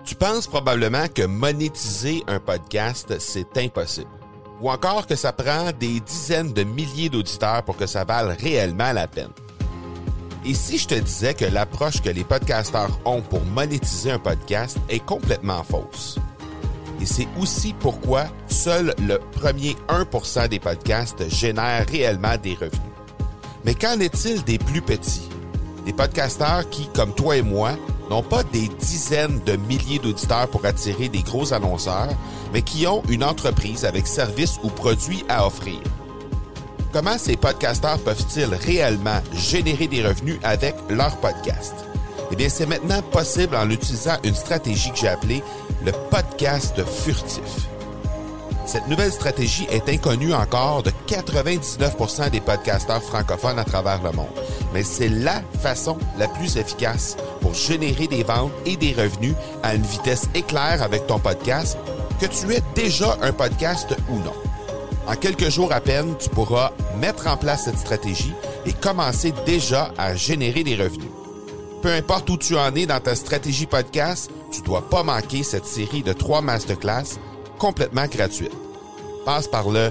Tu penses probablement que monétiser un podcast, c'est impossible. Ou encore que ça prend des dizaines de milliers d'auditeurs pour que ça vale réellement la peine. Et si je te disais que l'approche que les podcasteurs ont pour monétiser un podcast est complètement fausse? Et c'est aussi pourquoi seul le premier 1% des podcasts génèrent réellement des revenus. Mais qu'en est-il des plus petits? Des podcasteurs qui, comme toi et moi, n'ont pas des dizaines de milliers d'auditeurs pour attirer des gros annonceurs, mais qui ont une entreprise avec services ou produits à offrir. Comment ces podcasteurs peuvent-ils réellement générer des revenus avec leur podcast? Eh bien, c'est maintenant possible en utilisant une stratégie que j'ai appelée le podcast furtif. Cette nouvelle stratégie est inconnue encore de 99% des podcasteurs francophones à travers le monde. Mais c'est la façon la plus efficace pour générer des ventes et des revenus à une vitesse éclair avec ton podcast, que tu aies déjà un podcast ou non. En quelques jours à peine, tu pourras mettre en place cette stratégie et commencer déjà à générer des revenus. Peu importe où tu en es dans ta stratégie podcast, tu ne dois pas manquer cette série de 3 masterclass complètement gratuite. Passe par le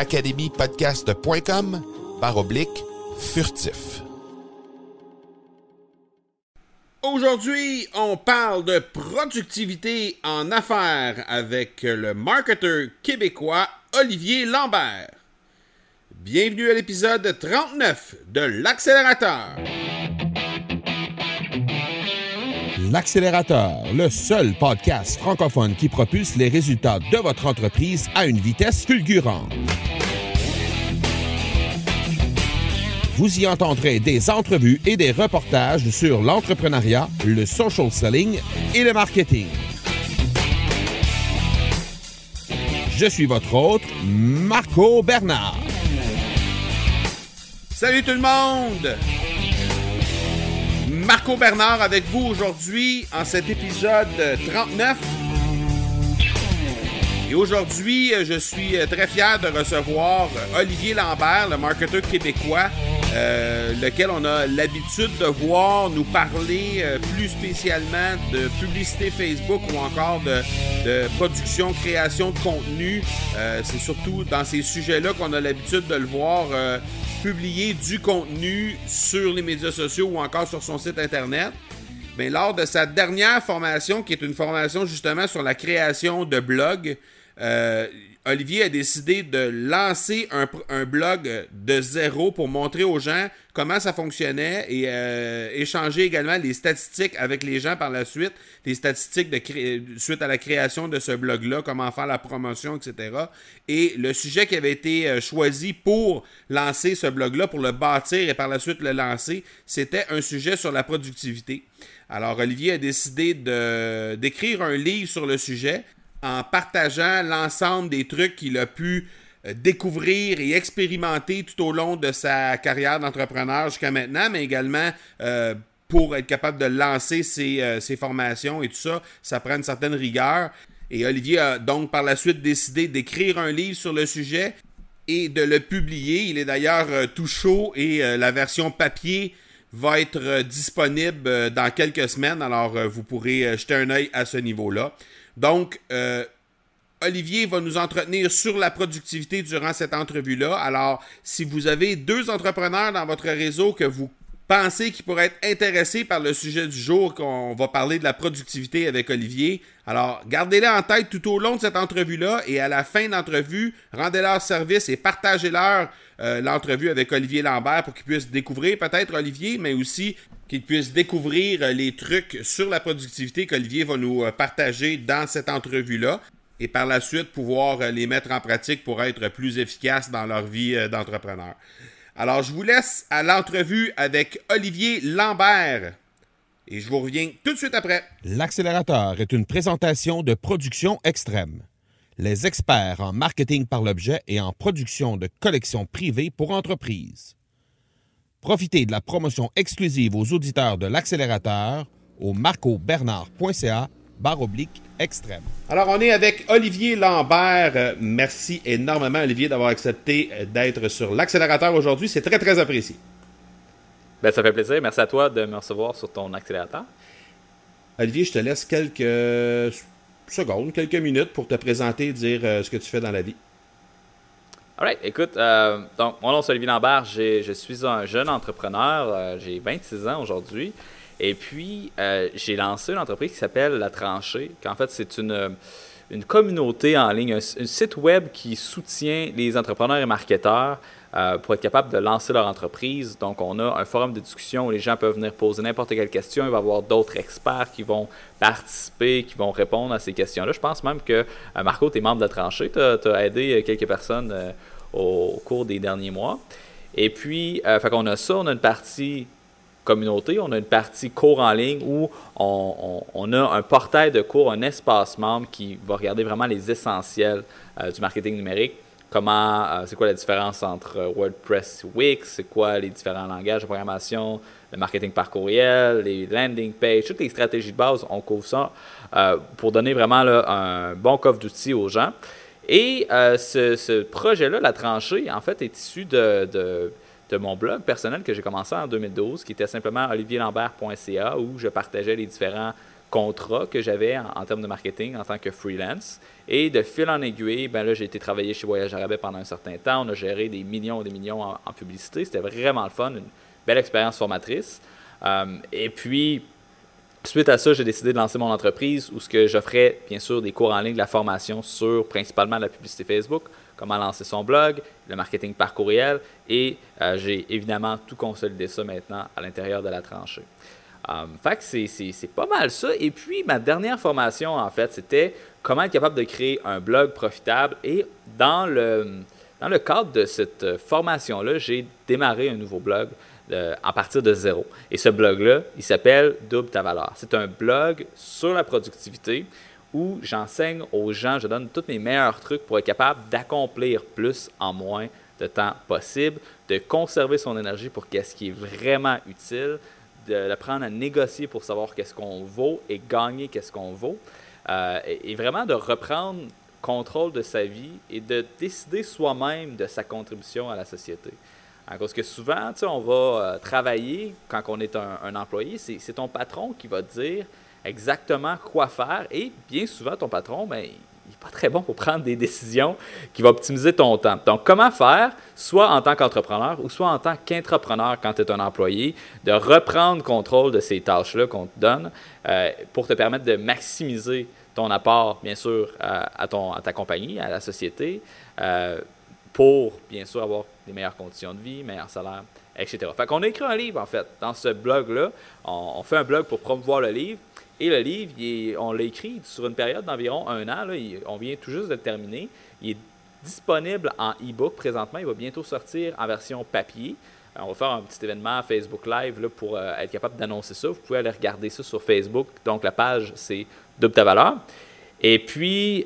academypodcast.com/furtif. Aujourd'hui, on parle de productivité en affaires avec le marketeur québécois Olivier Lambert. Bienvenue à l'épisode 39 de l'Accélérateur. L'Accélérateur, le seul podcast francophone qui propulse les résultats de votre entreprise à une vitesse fulgurante. Vous y entendrez des entrevues et des reportages sur l'entrepreneuriat, le social selling et le marketing. Je suis votre hôte, Marco Bernard. Salut tout le monde! Marco Bernard avec vous aujourd'hui en cet épisode 39. Et aujourd'hui, je suis très fier de recevoir Olivier Lambert, le marketeur québécois, lequel on a l'habitude de voir nous parler plus spécialement de publicité Facebook ou encore de production, création de contenu. C'est surtout dans ces sujets-là qu'on a l'habitude de le voir publier du contenu sur les médias sociaux ou encore sur son site Internet. Mais lors de sa dernière formation, qui est une formation justement sur la création de blogs, Olivier a décidé de lancer un blog de zéro pour montrer aux gens comment ça fonctionnait et échanger également les statistiques avec les gens par la suite, les statistiques suite à la création de ce blog-là, comment faire la promotion, etc. Et le sujet qui avait été choisi pour lancer ce blog-là, pour le bâtir et par la suite le lancer, c'était un sujet sur la productivité. Alors Olivier a décidé d'écrire un livre sur le sujet, en partageant l'ensemble des trucs qu'il a pu découvrir et expérimenter tout au long de sa carrière d'entrepreneur jusqu'à maintenant, mais également pour être capable de lancer ses formations et tout ça, ça prend une certaine rigueur. Et Olivier a donc par la suite décidé d'écrire un livre sur le sujet et de le publier. Il est d'ailleurs tout chaud et la version papier va être disponible dans quelques semaines, alors vous pourrez jeter un œil à ce niveau-là. Donc, Olivier va nous entretenir sur la productivité durant cette entrevue-là. Alors, si vous avez 2 entrepreneurs dans votre réseau que vous pensez qui pourraient être intéressés par le sujet du jour, qu'on va parler de la productivité avec Olivier, alors gardez-les en tête tout au long de cette entrevue-là et à la fin de l'entrevue, rendez-leur service et partagez-leur l'entrevue avec Olivier Lambert pour qu'ils puissent découvrir peut-être Olivier, mais aussi qu'ils puissent découvrir les trucs sur la productivité qu'Olivier va nous partager dans cette entrevue-là et par la suite pouvoir les mettre en pratique pour être plus efficaces dans leur vie d'entrepreneur. Alors, je vous laisse à l'entrevue avec Olivier Lambert et je vous reviens tout de suite après. L'Accélérateur est une présentation de Production Extrême. Les experts en marketing par l'objet et en production de collections privées pour entreprises. Profitez de la promotion exclusive aux auditeurs de l'Accélérateur au marcobernard.ca/extrême. Alors, on est avec Olivier Lambert. Merci énormément, Olivier, d'avoir accepté d'être sur l'Accélérateur aujourd'hui. C'est très, très apprécié. Ben, ça fait plaisir. Merci à toi de me recevoir sur ton accélérateur. Olivier, je te laisse quelques secondes, quelques minutes pour te présenter et dire ce que tu fais dans la vie. Alright, écoute, donc mon nom c'est Olivier Lambert, je suis un jeune entrepreneur, j'ai 26 ans aujourd'hui, et puis j'ai lancé une entreprise qui s'appelle La Tranchée, qu'en fait c'est une communauté en ligne, un site web qui soutient les entrepreneurs et marketeurs pour être capable de lancer leur entreprise. Donc, on a un forum de discussion où les gens peuvent venir poser n'importe quelle question. Il va y avoir d'autres experts qui vont participer, qui vont répondre à ces questions-là. Je pense même que, Marco, tu es membre de La Tranchée. Tu as aidé quelques personnes au cours des derniers mois. Et puis, fait qu'on a ça, on a une partie communauté, on a une partie cours en ligne où on a un portail de cours, un espace membre qui va regarder vraiment les essentiels du marketing numérique. Comment, c'est quoi la différence entre WordPress et Wix, c'est quoi les différents langages de programmation, le marketing par courriel, les landing pages, toutes les stratégies de base, on couvre ça pour donner vraiment là, un bon coffre d'outils aux gens. Et ce projet-là, La Tranchée, en fait, est issu de mon blog personnel que j'ai commencé en 2012, qui était simplement olivierlambert.ca, où je partageais les différents contrats que j'avais en termes de marketing en tant que freelance. Et de fil en aiguille, ben là, j'ai été travailler chez Voyage Arabais pendant un certain temps. On a géré des millions et des millions en publicité. C'était vraiment le fun, une belle expérience formatrice. Et puis, suite à ça, j'ai décidé de lancer mon entreprise où ce que j'offrais, bien sûr, des cours en ligne, de la formation sur principalement la publicité Facebook, comment lancer son blog, le marketing par courriel. Et j'ai évidemment tout consolidé ça maintenant à l'intérieur de La Tranchée. Fait que c'est pas mal ça. Et puis, ma dernière formation, en fait, c'était comment être capable de créer un blog profitable. Et dans le cadre de cette formation-là, j'ai démarré un nouveau blog à partir de zéro. Et ce blog-là, il s'appelle Double ta valeur. C'est un blog sur la productivité où j'enseigne aux gens, je donne tous mes meilleurs trucs pour être capable d'accomplir plus en moins de temps possible, de conserver son énergie pour qu'est-ce qui est vraiment utile, d'apprendre à négocier pour savoir qu'est-ce qu'on vaut et gagner qu'est-ce qu'on vaut. Et vraiment de reprendre contrôle de sa vie et de décider soi-même de sa contribution à la société. Parce que souvent, on va travailler quand on est un employé, c'est ton patron qui va te dire exactement quoi faire et bien souvent, ton patron, ben, il n'est pas très bon pour prendre des décisions qui vont optimiser ton temps. Donc, comment faire, soit en tant qu'entrepreneur ou soit en tant qu'intrapreneur quand tu es un employé, de reprendre contrôle de ces tâches-là qu'on te donne pour te permettre de maximiser ton apport, bien sûr, à ta compagnie, à la société, pour, bien sûr, avoir des meilleures conditions de vie, meilleurs salaires, etc. Fait qu'on a écrit un livre, en fait, dans ce blog-là. On fait un blog pour promouvoir le livre. Et le livre, on l'a écrit sur une période d'environ 1 an. Là, on vient tout juste de le terminer. Il est disponible en e-book présentement. Il va bientôt sortir en version papier. On va faire un petit événement Facebook Live là, pour être capable d'annoncer ça. Vous pouvez aller regarder ça sur Facebook. Donc, la page, c'est Double ta valeur. Et puis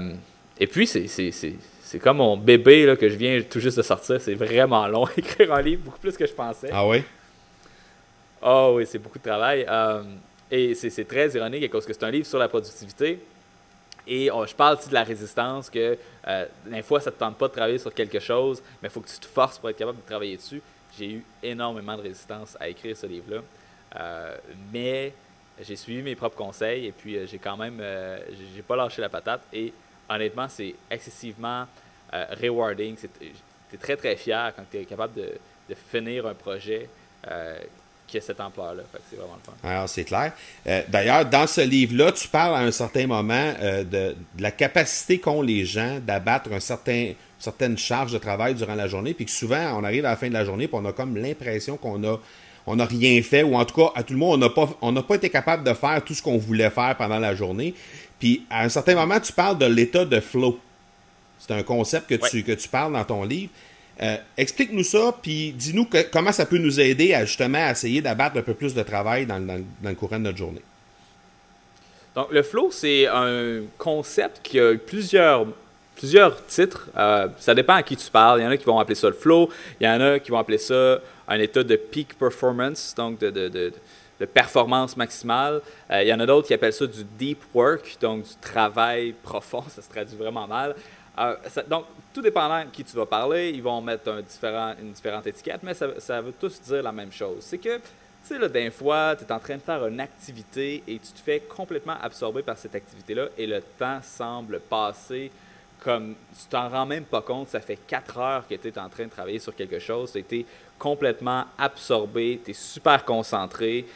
c'est comme mon bébé là, que je viens tout juste de sortir. C'est vraiment long écrire un livre, beaucoup plus que je pensais. Ah oui? Ah oui, c'est beaucoup de travail. Et c'est très ironique parce que c'est un livre sur la productivité. Et je parle aussi de la résistance, que des fois, ça ne te tente pas de travailler sur quelque chose, mais il faut que tu te forces pour être capable de travailler dessus. J'ai eu énormément de résistance à écrire ce livre-là. Mais j'ai suivi mes propres conseils et puis j'ai quand même, j'ai pas lâché la patate. Et honnêtement, c'est excessivement rewarding. Tu es très, très fier quand tu es capable de finir un projet qui a cette ampleur-là. Fait que c'est vraiment le fun. Alors, c'est clair. D'ailleurs, dans ce livre-là, tu parles à un certain moment de la capacité qu'ont les gens d'abattre certaine charge de travail durant la journée, puis que souvent, on arrive à la fin de la journée, puis on a comme l'impression qu'on n'a rien fait, ou en tout cas, à tout le monde, on n'a pas été capable de faire tout ce qu'on voulait faire pendant la journée. Puis, à un certain moment, tu parles de l'état de flow. C'est un concept que tu parles dans ton livre. Explique-nous ça, puis dis-nous comment ça peut nous aider à justement essayer d'abattre un peu plus de travail dans le courant de notre journée. Donc, le flow, c'est un concept qui a plusieurs titres. Ça dépend à qui tu parles. Il y en a qui vont appeler ça le flow. Il y en a qui vont appeler ça un état de peak performance, donc de performance maximale. Il y en a d'autres qui appellent ça du deep work, donc du travail profond. Ça se traduit vraiment mal. Donc, tout dépendant de qui tu vas parler, ils vont mettre une différente étiquette, mais ça veut tous dire la même chose. C'est que Tu sais, là, des fois, tu es en train de faire une activité et tu te fais complètement absorber par cette activité-là et le temps semble passer comme tu t'en rends même pas compte. Ça fait 4 heures que tu es en train de travailler sur quelque chose. Tu as été complètement absorbé, tu es super concentré.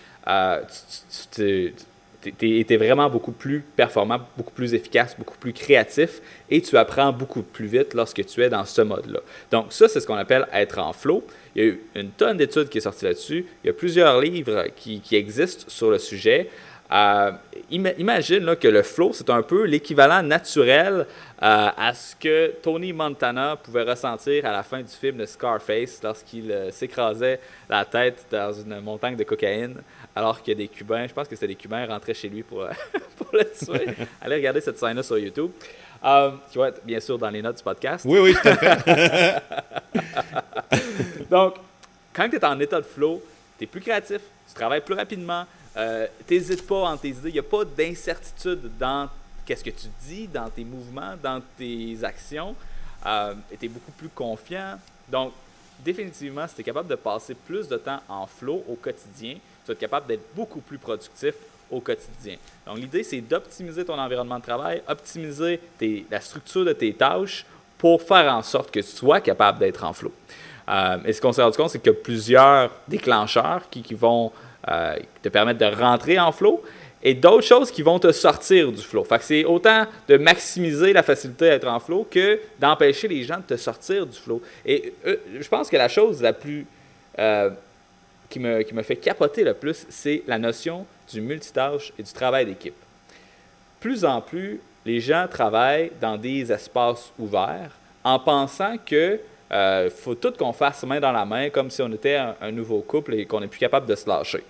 Tu es vraiment beaucoup plus performant, beaucoup plus efficace, beaucoup plus créatif et tu apprends beaucoup plus vite lorsque tu es dans ce mode-là. Donc ça, c'est ce qu'on appelle être en flow. Il y a eu une tonne d'études qui est sortie là-dessus. Il y a plusieurs livres qui existent sur le sujet. Imagine là, que le flow, c'est un peu l'équivalent naturel à ce que Tony Montana pouvait ressentir à la fin du film de Scarface lorsqu'il s'écrasait la tête dans une montagne de cocaïne alors que des Cubains, je pense que c'était des Cubains, rentraient chez lui pour le tuer. Allez regarder cette scène-là sur YouTube. Qui va être bien sûr dans les notes du podcast. Oui, tout à fait. Donc, quand tu es en état de flow, tu es plus créatif, tu travailles plus rapidement, tu n'hésites pas entre tes idées, il n'y a pas d'incertitude dans qu'est-ce que tu dis, dans tes mouvements, dans tes actions, et tu es beaucoup plus confiant. Donc, définitivement, si tu es capable de passer plus de temps en flow au quotidien, tu vas être capable d'être beaucoup plus productif au quotidien. Donc, l'idée, c'est d'optimiser ton environnement de travail, optimiser la structure de tes tâches pour faire en sorte que tu sois capable d'être en flow. Et ce qu'on s'est rendu compte, c'est qu'il y a plusieurs déclencheurs qui vont te permettre de rentrer en flow et d'autres choses qui vont te sortir du flow. Fait que c'est autant de maximiser la facilité à être en flow que d'empêcher les gens de te sortir du flow. Et je pense que la chose la plus qui me fait capoter le plus, c'est la notion du multitâche et du travail d'équipe. Plus en plus, les gens travaillent dans des espaces ouverts en pensant que faut tout qu'on fasse main dans la main comme si on était un nouveau couple et qu'on n'est plus capable de se lâcher.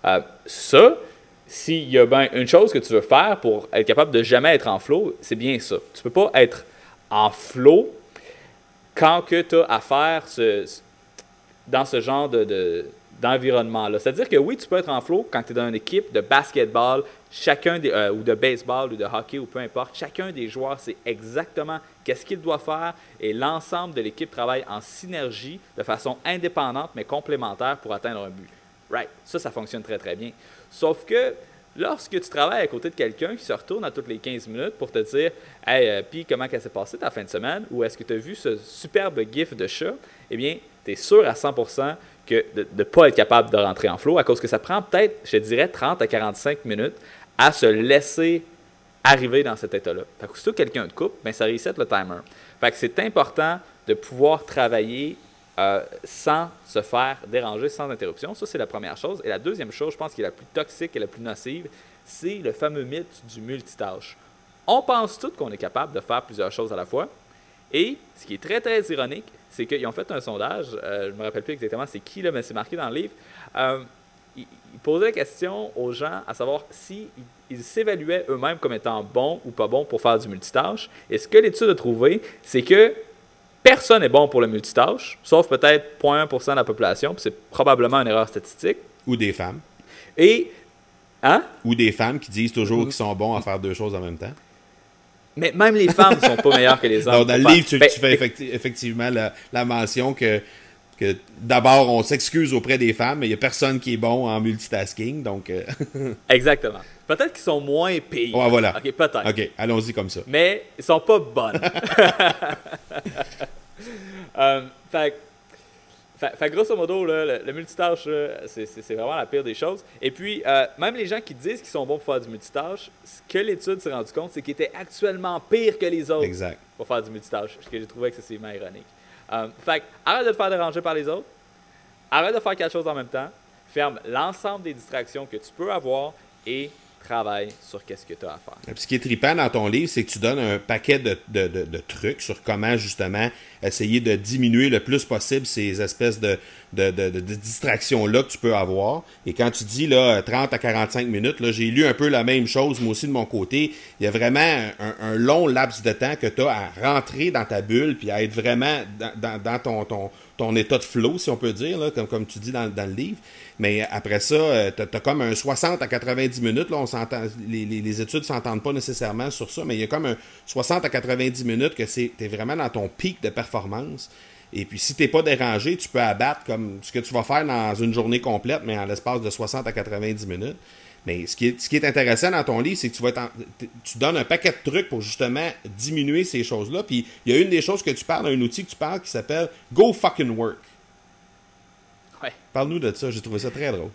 S'il y a bien une chose que tu veux faire pour être capable de jamais être en flow, c'est bien ça. Tu ne peux pas être en flow quand tu as à faire dans ce genre d'environnement-là. C'est-à-dire que oui, tu peux être en flow quand tu es dans une équipe de basketball, ou de baseball ou de hockey ou peu importe. Chacun des joueurs sait exactement qu'est-ce qu'il doit faire et l'ensemble de l'équipe travaille en synergie de façon indépendante mais complémentaire pour atteindre un but. Right. Ça fonctionne très, très bien. Sauf que lorsque tu travailles à côté de quelqu'un qui se retourne à toutes les 15 minutes pour te dire « Hey, puis comment ça s'est passé ta fin de semaine? Ou est-ce que tu as vu ce superbe gif de chat? » Eh bien, tu es sûr à 100% que de ne pas être capable de rentrer en flow à cause que ça prend peut-être, je dirais, 30 à 45 minutes à se laisser arriver dans cet état-là. Fait que si quelqu'un te coupe, bien, ça reset le timer. Fait que c'est important de pouvoir travailler sans se faire déranger, sans interruption. Ça, c'est la première chose. Et la deuxième chose, je pense, qui est la plus toxique et la plus nocive, c'est le fameux mythe du multitâche. On pense tous qu'on est capable de faire plusieurs choses à la fois. Et ce qui est très, très ironique, c'est qu'ils ont fait un sondage, je ne me rappelle plus exactement c'est qui, là, mais c'est marqué dans le livre. Ils posaient la question aux gens à savoir s'ils s'évaluaient eux-mêmes comme étant bons ou pas bons pour faire du multitâche. Et ce que l'étude a trouvé, c'est que personne n'est bon pour le multitâche, sauf peut-être 0,1% de la population, puis c'est probablement une erreur statistique. Ou des femmes. Ou des femmes qui disent toujours qu'ils sont bons à faire deux choses en même temps. Mais même les femmes ne sont pas meilleures que les hommes. Alors, dans le livre, tu fais effectivement la mention que d'abord, on s'excuse auprès des femmes, mais il n'y a personne qui est bon en multitasking, donc... Exactement. Peut-être qu'ils sont moins pires. Ouais, voilà. OK, peut-être. OK, allons-y comme ça. Mais ils sont pas bonnes. Fait grosso modo, là, le multitâche, c'est vraiment la pire des choses. Et puis, même les gens qui disent qu'ils sont bons pour faire du multitâche, ce que l'étude s'est rendu compte, c'est qu'ils étaient actuellement pires que les autres pour faire du multitâche, ce que j'ai trouvé excessivement ironique. Arrête de te faire déranger par les autres, arrête de faire quelque chose en même temps, ferme l'ensemble des distractions que tu peux avoir et travaille sur qu'est-ce que tu as à faire. Et puis, ce qui est trippant dans ton livre, c'est que tu donnes un paquet de trucs sur comment, justement, essayer de diminuer le plus possible ces espèces de distractions-là que tu peux avoir. Et quand tu dis là 30 à 45 minutes, là, j'ai lu un peu la même chose, moi aussi, de mon côté. Il y a vraiment un long laps de temps que tu as à rentrer dans ta bulle puis à être vraiment dans ton état de flow, si on peut dire, là, comme tu dis dans le livre. Mais après ça, tu as comme un 60 à 90 minutes. Là, on s'entend, les études ne s'entendent pas nécessairement sur ça, mais il y a comme un 60 à 90 minutes que tu es vraiment dans ton pic de performance. Et puis, si tu n'es pas dérangé, tu peux abattre comme ce que tu vas faire dans une journée complète, mais en l'espace de 60 à 90 minutes. Mais ce qui est intéressant dans ton livre, c'est que tu donnes un paquet de trucs pour justement diminuer ces choses-là. Puis, il y a une des choses que tu parles, un outil que tu parles qui s'appelle Go Fucking Work. Ouais. Parle-nous de ça, j'ai trouvé ça très drôle.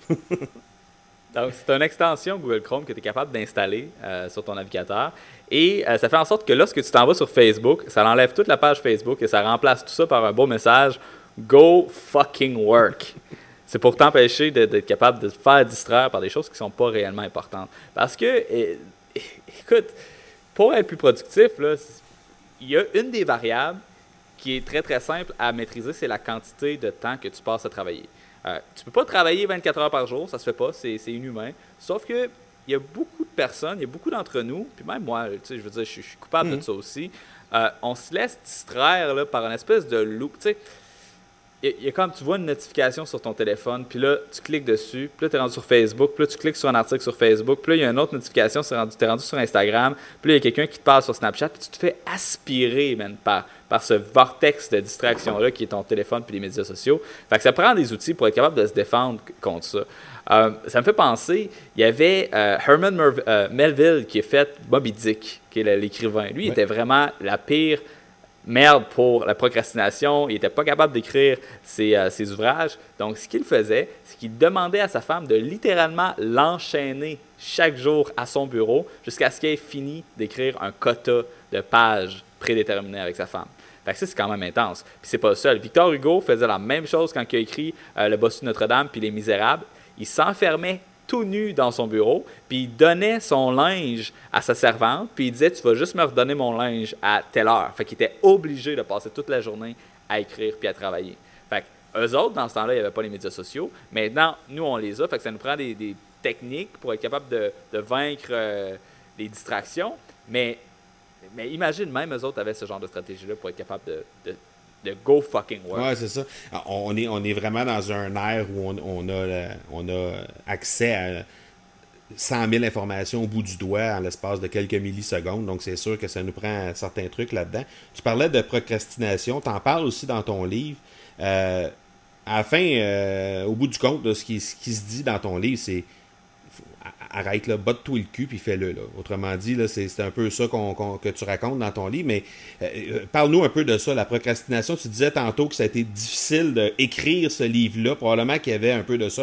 Donc, c'est une extension Google Chrome que tu es capable d'installer sur ton navigateur. Et ça fait en sorte que lorsque tu t'en vas sur Facebook, ça enlève toute la page Facebook et ça remplace tout ça par un beau message « Go fucking work ». C'est pour t'empêcher d'être capable de te faire distraire par des choses qui ne sont pas réellement importantes. Parce que, écoute, pour être plus productif, là, il y a une des variables qui est très, très simple à maîtriser, c'est la quantité de temps que tu passes à travailler. Tu ne peux pas travailler 24 heures par jour, ça se fait pas, c'est inhumain. Sauf que il y a beaucoup de personnes, il y a beaucoup d'entre nous, puis même moi, tu sais, je veux dire, je suis coupable de ça aussi. On se laisse distraire là, par une espèce de loop. Tu sais, il y a comme tu vois une notification sur ton téléphone, puis là, tu cliques dessus, puis là, tu es rendu sur Facebook, puis là, tu cliques sur un article sur Facebook, puis là, il y a une autre notification, tu es rendu sur Instagram, puis là, il y a quelqu'un qui te parle sur Snapchat, puis tu te fais aspirer, man, par ce vortex de distraction-là qui est ton téléphone puis les médias sociaux. Fait que ça prend des outils pour être capable de se défendre contre ça. Ça me fait penser, il y avait Herman Melville qui a fait Moby Dick, qui est l'écrivain. Lui, il était vraiment la pire merde pour la procrastination. Il n'était pas capable d'écrire ses ouvrages. Donc, ce qu'il faisait, c'est qu'il demandait à sa femme de littéralement l'enchaîner chaque jour à son bureau jusqu'à ce qu'il ait fini d'écrire un quota de pages prédéterminé avec sa femme. Fait que ça, c'est quand même intense. Puis c'est pas le seul. Victor Hugo faisait la même chose quand il a écrit Le Bossu de Notre-Dame puis Les Misérables. Il s'enfermait tout nu dans son bureau, puis il donnait son linge à sa servante, puis il disait « Tu vas juste me redonner mon linge à telle heure. » Fait qu'il était obligé de passer toute la journée à écrire puis à travailler. Fait que eux autres, dans ce temps-là, il n'y avait pas les médias sociaux. Maintenant, nous, on les a. Fait que ça nous prend des techniques pour être capable de vaincre les distractions. Mais imagine, même eux autres avaient ce genre de stratégie-là pour être capable de go fucking work. Ouais, c'est ça. On est vraiment dans un air où on a accès à 100 000 informations au bout du doigt en l'espace de quelques millisecondes. Donc, c'est sûr que ça nous prend certains trucs là-dedans. Tu parlais de procrastination. Tu en parles aussi dans ton livre. À la fin, au bout du compte, là, ce qui se dit dans ton livre, c'est arrête, là, botte-toi le cul, puis fais-le. Là. Autrement dit, là, c'est un peu ça que tu racontes dans ton livre, mais parle-nous un peu de ça, la procrastination. Tu disais tantôt que ça a été difficile d'écrire ce livre-là. Probablement qu'il y avait un peu de ça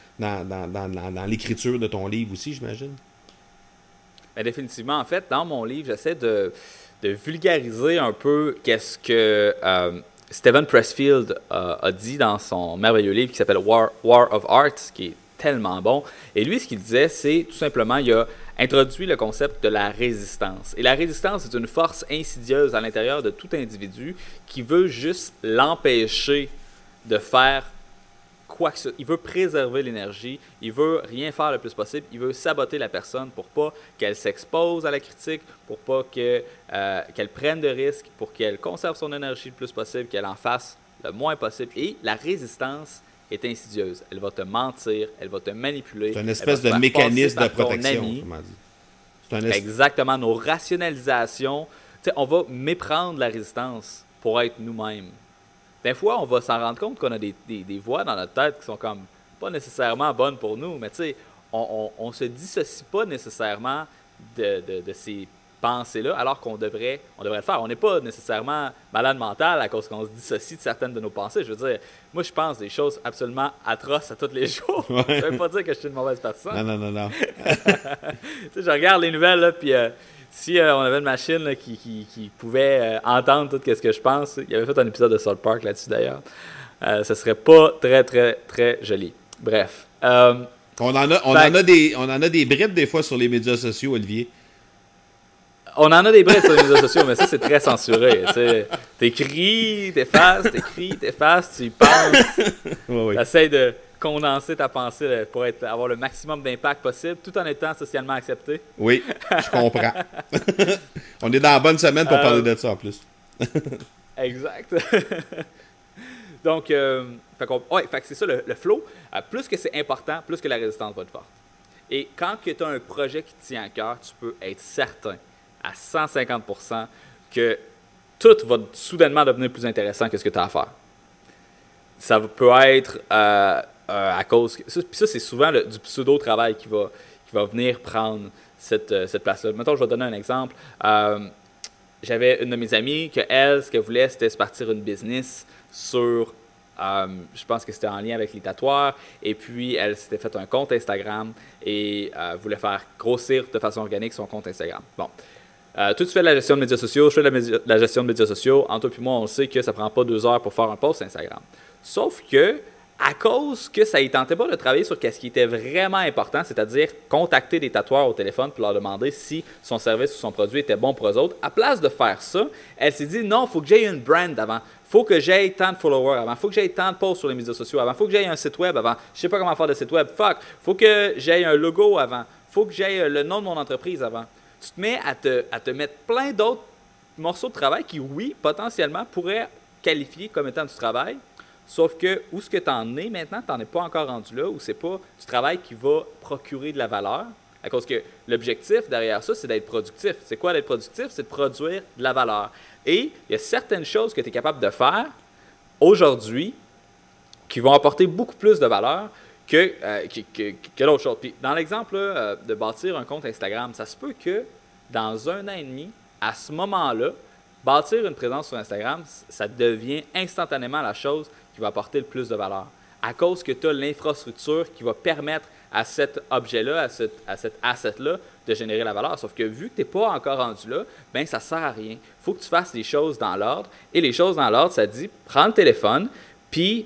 dans l'écriture de ton livre aussi, j'imagine. Bien, définitivement. En fait, dans mon livre, j'essaie de vulgariser un peu qu'est-ce que Steven Pressfield a dit dans son merveilleux livre qui s'appelle War of Art, qui est tellement bon. Et lui, ce qu'il disait, c'est tout simplement, il a introduit le concept de la résistance. Et la résistance, c'est une force insidieuse à l'intérieur de tout individu qui veut juste l'empêcher de faire quoi que ce soit. Il veut préserver l'énergie, il veut rien faire le plus possible, il veut saboter la personne pour pas qu'elle s'expose à la critique, pour pas qu'elle prenne de risques, pour qu'elle conserve son énergie le plus possible, qu'elle en fasse le moins possible. Et la résistance est insidieuse. Elle va te mentir, elle va te manipuler. C'est une espèce de mécanisme de protection, autrement dit. Exactement. Nos rationalisations, on va méprendre la résistance pour être nous-mêmes. Des fois, on va s'en rendre compte qu'on a des voix dans notre tête qui sont comme pas nécessairement bonnes pour nous, mais on se dissocie pas nécessairement de ces pensées-là, alors qu'on devrait le faire. On n'est pas nécessairement malade mental à cause qu'on se dissocie de certaines de nos pensées. Je veux dire, moi, je pense des choses absolument atroces à tous les jours. Ouais. Ça veut pas dire que je suis une mauvaise personne. Non. Je regarde les nouvelles, là, puis si on avait une machine là, qui pouvait entendre tout ce que je pense, il avait fait un épisode de South Park là-dessus, d'ailleurs, ce serait pas très, très, très joli. Bref. On en a des bribes des fois sur les médias sociaux, Olivier. On en a des bribes sur les réseaux sociaux, mais ça, c'est très censuré. T'écris, t'effaces, tu y penses. Oui. T'essaies de condenser ta pensée là, pour avoir le maximum d'impact possible, tout en étant socialement accepté. Oui, je comprends. On est dans la bonne semaine pour parler de ça, en plus. Exact. Donc, fait que c'est ça, le flow. Plus que c'est important, plus que la résistance va être forte. Et quand tu as un projet qui te tient à cœur, tu peux être certain à 150% que tout va soudainement devenir plus intéressant que ce que tu as à faire. ça peut être à cause... Puis ça, c'est souvent du pseudo-travail qui va venir prendre cette place-là. Mettons, je vais donner un exemple. J'avais une de mes amies que elle, ce qu'elle voulait, c'était se partir une business sur... je pense que c'était en lien avec les tatoueurs. Et puis, elle s'était fait un compte Instagram et voulait faire grossir de façon organique son compte Instagram. Bon. Toi, tu fais de la gestion de médias sociaux, je fais de la gestion de médias sociaux. Entre toi et moi, on sait que ça ne prend pas 2 heures pour faire un post Instagram. Sauf que, à cause que ça ne tentait pas de travailler sur ce qui était vraiment important, c'est-à-dire contacter des tatoueurs au téléphone pour leur demander si son service ou son produit était bon pour eux autres, à place de faire ça, elle s'est dit non, il faut que j'aie une brand avant. Il faut que j'aie tant de followers avant. Il faut que j'aie tant de posts sur les médias sociaux avant. Il faut que j'aie un site web avant. Je ne sais pas comment faire de site web. Fuck. Il faut que j'aie un logo avant. Il faut que j'aie le nom de mon entreprise avant. Tu te mets à te mettre plein d'autres morceaux de travail qui, oui, potentiellement, pourraient qualifier comme étant du travail. Sauf que où ce que tu en es maintenant, tu n'en es pas encore rendu là, ou c'est pas du travail qui va procurer de la valeur. À cause que l'objectif derrière ça, c'est d'être productif. C'est quoi d'être productif? C'est de produire de la valeur. Et il y a certaines choses que tu es capable de faire aujourd'hui qui vont apporter beaucoup plus de valeur que d'autres choses. Puis dans l'exemple de bâtir un compte Instagram, ça se peut que dans 1 an et demi, à ce moment-là, bâtir une présence sur Instagram, ça devient instantanément la chose qui va apporter le plus de valeur. À cause que tu as l'infrastructure qui va permettre à cet objet-là, à cet asset-là, de générer la valeur. Sauf que vu que tu n'es pas encore rendu là, ben ça ne sert à rien. Il faut que tu fasses les choses dans l'ordre. Et les choses dans l'ordre, ça dit, prends le téléphone, puis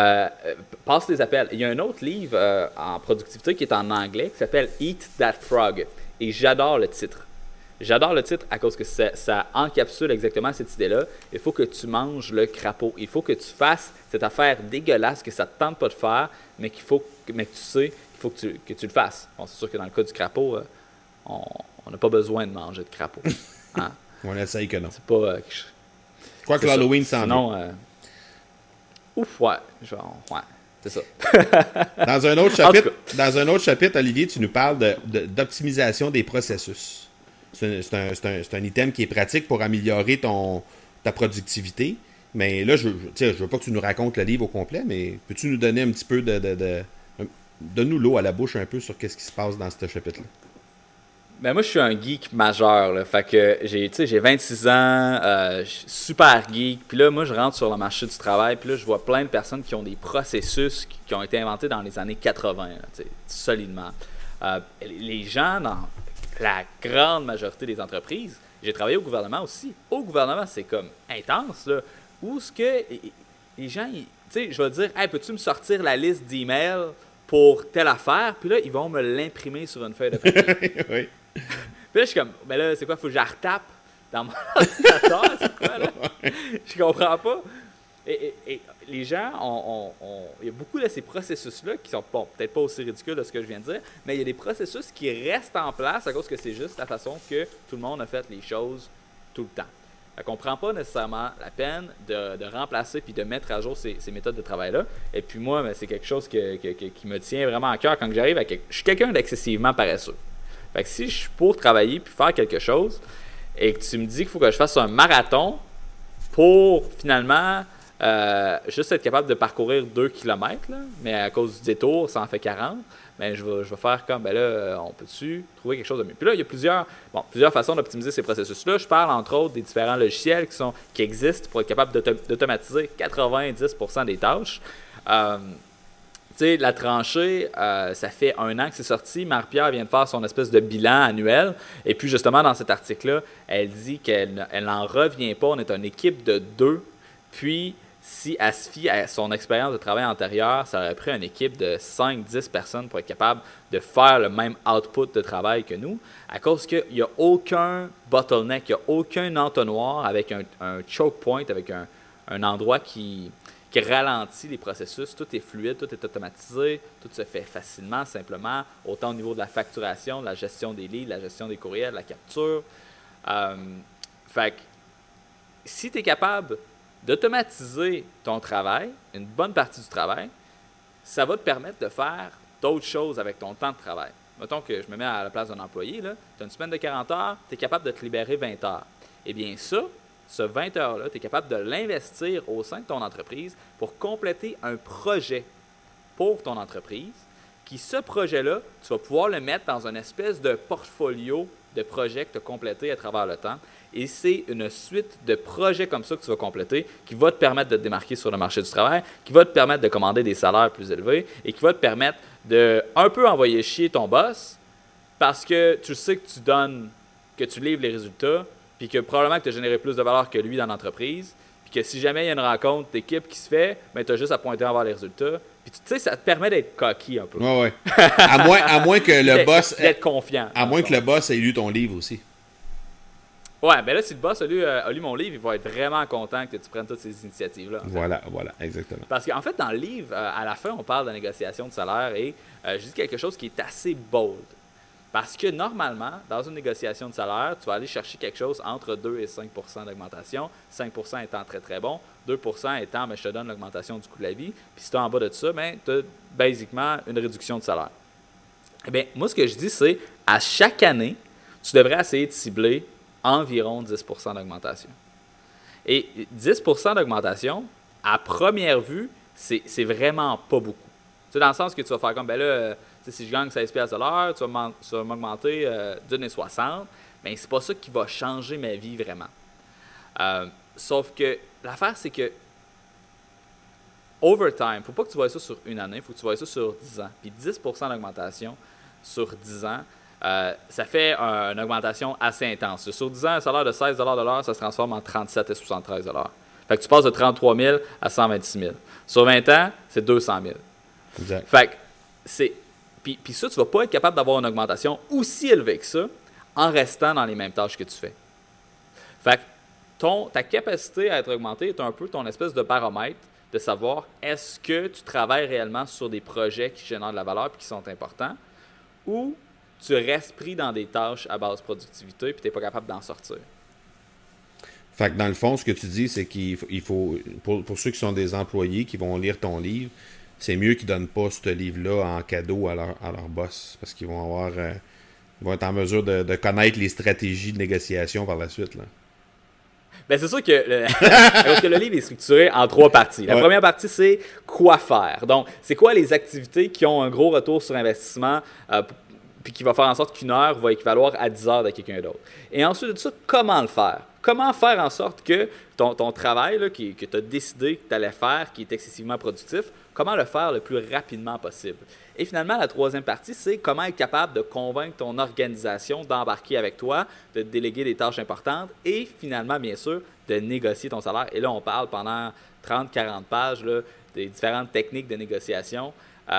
passe les appels. Il y a un autre livre en productivité qui est en anglais qui s'appelle « Eat That Frog ». Et j'adore le titre. J'adore le titre à cause que ça encapsule exactement cette idée-là. Il faut que tu manges le crapaud. Il faut que tu fasses cette affaire dégueulasse que ça ne te tente pas de faire, mais que tu sais qu'il faut que tu le fasses. Bon, c'est sûr que dans le cas du crapaud, on n'a pas besoin de manger de crapaud. Hein? On essaye que non. C'est pas... Je crois que l'Halloween s'en vient. Sinon, ouais. C'est ça. Dans un autre chapitre, Olivier, tu nous parles d'optimisation des processus. C'est un item qui est pratique pour améliorer ta productivité. Mais là, je veux pas que tu nous racontes le livre au complet, mais peux-tu nous donner un petit peu donne-nous l'eau à la bouche un peu sur qu'est-ce qui se passe dans ce chapitre-là? Ben moi, je suis un geek majeur. Là. Fait que j'ai 26 ans, je suis super geek. Puis là, moi, je rentre sur le marché du travail. Puis là, je vois plein de personnes qui ont des processus qui ont été inventés dans les années 80, là, solidement. Les gens, dans la grande majorité des entreprises, j'ai travaillé au gouvernement aussi. Au gouvernement, c'est comme intense, là. Où est-ce que les gens, je vais dire, hey, peux-tu me sortir la liste d'emails pour telle affaire? Puis là, ils vont me l'imprimer sur une feuille de papier. Oui. Puis là, je suis comme, ben là, c'est quoi, faut que je la retape dans mon ordinateur? C'est quoi, là? Je comprends pas. Et les gens, il y a beaucoup de ces processus-là qui sont, bon, peut-être pas aussi ridicules de ce que je viens de dire, mais il y a des processus qui restent en place à cause que c'est juste la façon que tout le monde a fait les choses tout le temps. Fait qu'on ne prend pas nécessairement la peine de remplacer puis de mettre à jour ces méthodes de travail-là. Et puis moi, ben, c'est quelque chose qui me tient vraiment à cœur quand j'arrive. Je suis quelqu'un d'excessivement paresseux. Fait que si je suis pour travailler puis faire quelque chose et que tu me dis qu'il faut que je fasse un marathon pour finalement juste être capable de parcourir 2 km, là, mais à cause du détour, ça en fait 40, ben je vais faire comme, ben là, on peut-tu trouver quelque chose de mieux? Puis là, il y a plusieurs façons d'optimiser ces processus-là. Je parle, entre autres, des différents logiciels qui existent pour être capable d'automatiser 90% des tâches. Tu sais, La Tranchée, ça fait 1 an que c'est sorti. Marie-Pierre vient de faire son espèce de bilan annuel. Et puis, justement, dans cet article-là, elle dit qu'elle n'en revient pas. On est une équipe de 2. Puis, si elle se fie à son expérience de travail antérieure, ça aurait pris une équipe de 5-10 personnes pour être capable de faire le même output de travail que nous, à cause qu'il n'y a aucun bottleneck, il n'y a aucun entonnoir avec un choke point, avec un endroit qui ralentit les processus. Tout est fluide, tout est automatisé, tout se fait facilement, simplement, autant au niveau de la facturation, de la gestion des leads, de la gestion des courriels, de la capture. Fait que si tu es capable d'automatiser ton travail, une bonne partie du travail, ça va te permettre de faire d'autres choses avec ton temps de travail. Mettons que je me mets à la place d'un employé, tu as une semaine de 40 heures, tu es capable de te libérer 20 heures. Eh bien ça ce 20 heures-là, tu es capable de l'investir au sein de ton entreprise pour compléter un projet pour ton entreprise, qui ce projet-là, tu vas pouvoir le mettre dans une espèce de portfolio de projets que tu as complété à travers le temps. Et c'est une suite de projets comme ça que tu vas compléter qui va te permettre de te démarquer sur le marché du travail, qui va te permettre de commander des salaires plus élevés et qui va te permettre de un peu envoyer chier ton boss parce que tu sais que tu donnes, que tu livres les résultats, puis que probablement que tu as généré plus de valeur que lui dans l'entreprise, puis que si jamais il y a une rencontre d'équipe qui se fait, ben, tu as juste à pointer en vers les résultats. Puis tu sais, ça te permet d'être cocky un peu. Oui, oui. À moins que le boss... D'être confiant. À moins que le boss ait lu ton livre aussi. Ouais, ben là, si le boss a lu mon livre, il va être vraiment content que tu prennes toutes ces initiatives-là. Voilà, exactement. Parce qu'en fait, dans le livre, à la fin, on parle de négociation de salaire et je dis quelque chose qui est assez bold. Parce que normalement, dans une négociation de salaire, tu vas aller chercher quelque chose entre 2 et 5 % d'augmentation. 5 % étant très, très bon. 2 % étant, ben, je te donne l'augmentation du coût de la vie. Puis si tu es en bas de ça, ben, tu as basiquement une réduction de salaire. Eh bien, moi, ce que je dis, c'est à chaque année, tu devrais essayer de cibler environ 10 % d'augmentation. Et 10 % d'augmentation, à première vue, c'est vraiment pas beaucoup. Tu sais, dans le sens que tu vas faire comme, ben là, si je gagne 16 $ à l'heure, tu vas m'augmenter d'1,60 $, bien, c'est pas ça qui va changer ma vie vraiment. Sauf que l'affaire, c'est que over time, il ne faut pas que tu vois ça sur une année, il faut que tu vois ça sur 10 ans. Puis 10 % d'augmentation sur 10 ans, ça fait une augmentation assez intense. Sur 10 ans, un salaire de 16 $ de l'heure, ça se transforme en 37 et 73 $. Fait que tu passes de 33 000 à 126 000. Sur 20 ans, c'est 200 000. Exact. Fait que c'est... Puis ça, tu ne vas pas être capable d'avoir une augmentation aussi élevée que ça en restant dans les mêmes tâches que tu fais. Fait que ta capacité à être augmentée est un peu ton espèce de baromètre de savoir est-ce que tu travailles réellement sur des projets qui génèrent de la valeur et qui sont importants ou tu restes pris dans des tâches à basse productivité et tu n'es pas capable d'en sortir. Fait que dans le fond, ce que tu dis, c'est qu'il faut pour ceux qui sont des employés qui vont lire ton livre, c'est mieux qu'ils ne donnent pas ce livre-là en cadeau à leur boss parce qu'ils vont vont être en mesure de connaître les stratégies de négociation par la suite, là. Bien, c'est sûr que parce que le livre est structuré en 3 parties. La première partie, c'est quoi faire. Donc, c'est quoi les activités qui ont un gros retour sur investissement puis qui va faire en sorte qu'une heure va équivaloir à 10 heures de quelqu'un d'autre. Et ensuite de ça, comment le faire? Comment faire en sorte que ton travail là, que tu as décidé que tu allais faire, qui est excessivement productif, comment le faire le plus rapidement possible? Et finalement, la 3e partie, c'est comment être capable de convaincre ton organisation d'embarquer avec toi, de déléguer des tâches importantes et finalement, bien sûr, de négocier ton salaire. Et là, on parle pendant 30-40 pages là, des différentes techniques de négociation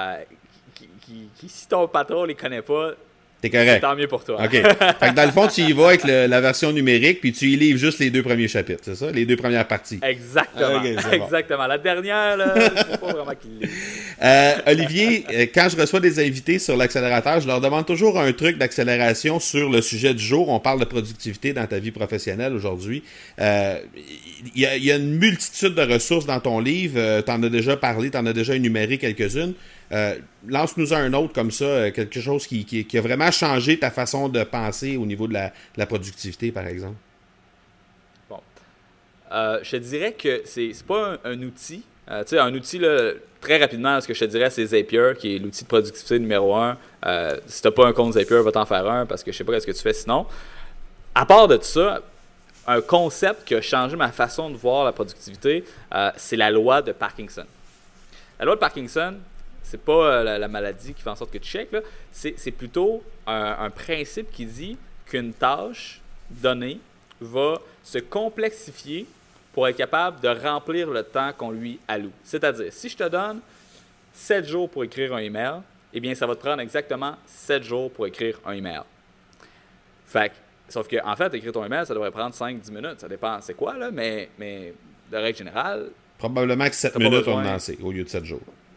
qui, si ton patron ne les connaît pas, t'es correct. Tant mieux pour toi. OK. Fait que dans le fond, tu y vas avec la version numérique, puis tu y livres juste les 2 premiers chapitres, c'est ça? Les 2 premières parties. Exactement. Okay, exactement. Bon. La dernière, là, je ne pas vraiment qu'il livre. Olivier, quand je reçois des invités sur l'accélérateur, je leur demande toujours un truc d'accélération sur le sujet du jour. On parle de productivité dans ta vie professionnelle aujourd'hui. Il y a une multitude de ressources dans ton livre. Tu en as déjà parlé, tu en as déjà énuméré quelques-unes. Lance-nous un autre comme ça, quelque chose qui a vraiment changé ta façon de penser au niveau de la productivité, par exemple. Bon. Je te dirais que c'est pas un outil. Tu sais, un outil, là, très rapidement, ce que je te dirais, c'est Zapier, qui est l'outil de productivité numéro 1. Si tu n'as pas un compte Zapier, va t'en faire un, parce que je sais pas ce que tu fais sinon. À part de ça, un concept qui a changé ma façon de voir la productivité, c'est la loi de Parkinson. La loi de Parkinson, c'est pas la maladie qui fait en sorte que tu checkes, là. C'est plutôt un principe qui dit qu'une tâche donnée va se complexifier pour être capable de remplir le temps qu'on lui alloue. C'est-à-dire, si je te donne 7 jours pour écrire un email, eh bien, ça va te prendre exactement 7 jours pour écrire un email. Sauf qu'en fait, écrire ton email, ça devrait prendre 5-10 minutes. Ça dépend c'est quoi, là, mais de règle générale... Probablement que 7 minutes ont lancé au lieu de 7 jours.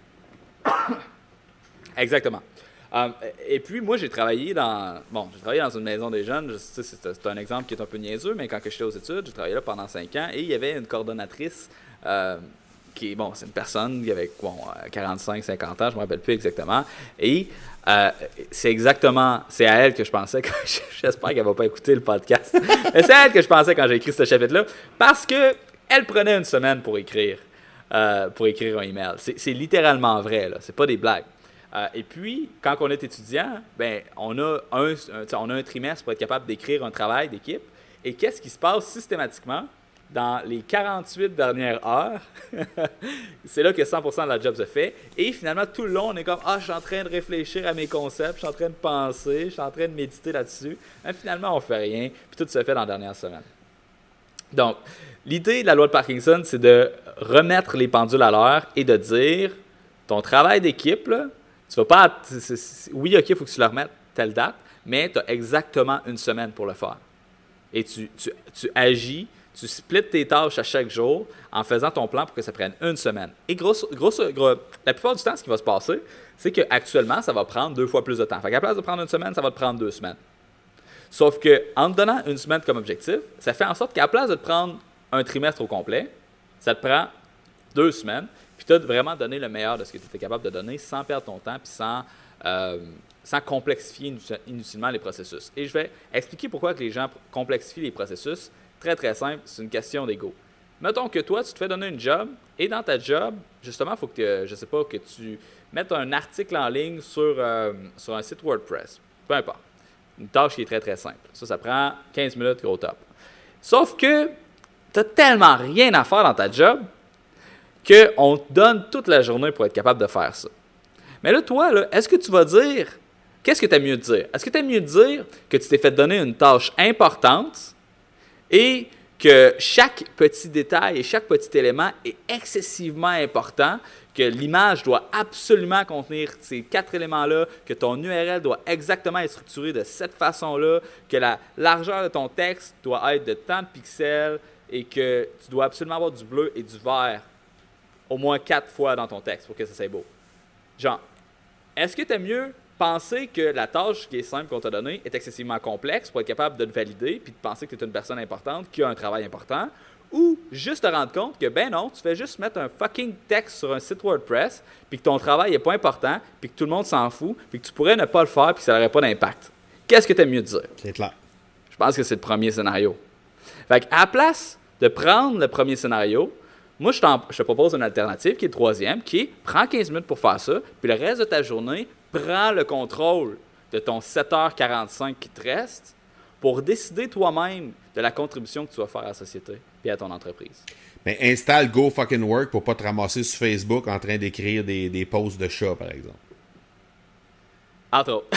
Exactement. Et puis, moi, j'ai travaillé dans une maison des jeunes. C'est un exemple qui est un peu niaiseux, mais quand j'étais aux études, j'ai travaillé là pendant 5 ans et il y avait une coordonnatrice bon, c'est une personne qui avait 45, 50 ans, je ne me rappelle plus exactement. Et c'est à elle que je pensais, j'espère qu'elle ne va pas écouter le podcast, mais c'est à elle que je pensais quand j'ai écrit ce chapitre-là, parce qu'elle prenait une semaine pour écrire un email. C'est littéralement vrai, là, c'est pas des blagues. Et puis, quand on est étudiant, ben, on a un trimestre pour être capable d'écrire un travail d'équipe. Et qu'est-ce qui se passe systématiquement? Dans les 48 dernières heures, c'est là que 100% de la job se fait. Et finalement, tout le long, on est comme « Ah, je suis en train de réfléchir à mes concepts, je suis en train de penser, je suis en train de méditer là-dessus. » Mais finalement, on ne fait rien, puis tout se fait dans la dernière semaine. Donc, l'idée de la loi de Parkinson, c'est de remettre les pendules à l'heure et de dire « Ton travail d'équipe, là, tu vas pas... Oui, OK, il faut que tu le remettes telle date, mais tu as exactement une semaine pour le faire. Et tu agis, tu splits tes tâches à chaque jour en faisant ton plan pour que ça prenne une semaine. Et la plupart du temps, ce qui va se passer, c'est qu'actuellement, ça va prendre 2 fois plus de temps. Fait qu'à la place de prendre une semaine, ça va te prendre 2 semaines. Sauf qu'en te donnant une semaine comme objectif, ça fait en sorte qu'à la place de te prendre un trimestre au complet, ça te prend 2 semaines. Puis tu as vraiment donné le meilleur de ce que tu étais capable de donner sans perdre ton temps puis sans complexifier inutilement les processus. Et je vais expliquer pourquoi que les gens complexifient les processus. Très, très simple, c'est une question d'ego. Mettons que toi, tu te fais donner une job, et dans ta job, justement, il faut que, que tu mettes un article en ligne sur un site WordPress. Peu importe. Une tâche qui est très, très simple. Ça prend 15 minutes, gros top. Sauf que tu n'as tellement rien à faire dans ta job qu'on te donne toute la journée pour être capable de faire ça. Mais là, toi, est-ce que tu vas dire... Qu'est-ce que tu aimes mieux dire? Est-ce que tu aimes mieux dire que tu t'es fait donner une tâche importante et que chaque petit détail et chaque petit élément est excessivement important, que l'image doit absolument contenir ces 4 éléments-là, que ton URL doit exactement être structuré de cette façon-là, que la largeur de ton texte doit être de tant de pixels et que tu dois absolument avoir du bleu et du vert au moins 4 fois dans ton texte pour que ça soit beau. Genre, est-ce que tu aimes mieux penser que la tâche qui est simple qu'on t'a donnée est excessivement complexe pour être capable de te valider puis de penser que tu es une personne importante qui a un travail important, ou juste te rendre compte que, ben non, tu fais juste mettre un fucking texte sur un site WordPress puis que ton travail n'est pas important puis que tout le monde s'en fout puis que tu pourrais ne pas le faire puis que ça n'aurait pas d'impact. Qu'est-ce que tu aimes mieux dire? C'est clair. Je pense que c'est le premier scénario. Fait qu'à la place de prendre le premier scénario, moi, je te propose une alternative qui est le troisième, qui est prends 15 minutes pour faire ça, puis le reste de ta journée, prends le contrôle de ton 7h45 qui te reste pour décider toi-même de la contribution que tu vas faire à la société et à ton entreprise. Mais installe Go Fucking Work pour pas te ramasser sur Facebook en train d'écrire des posts de chats, par exemple. Entre autres.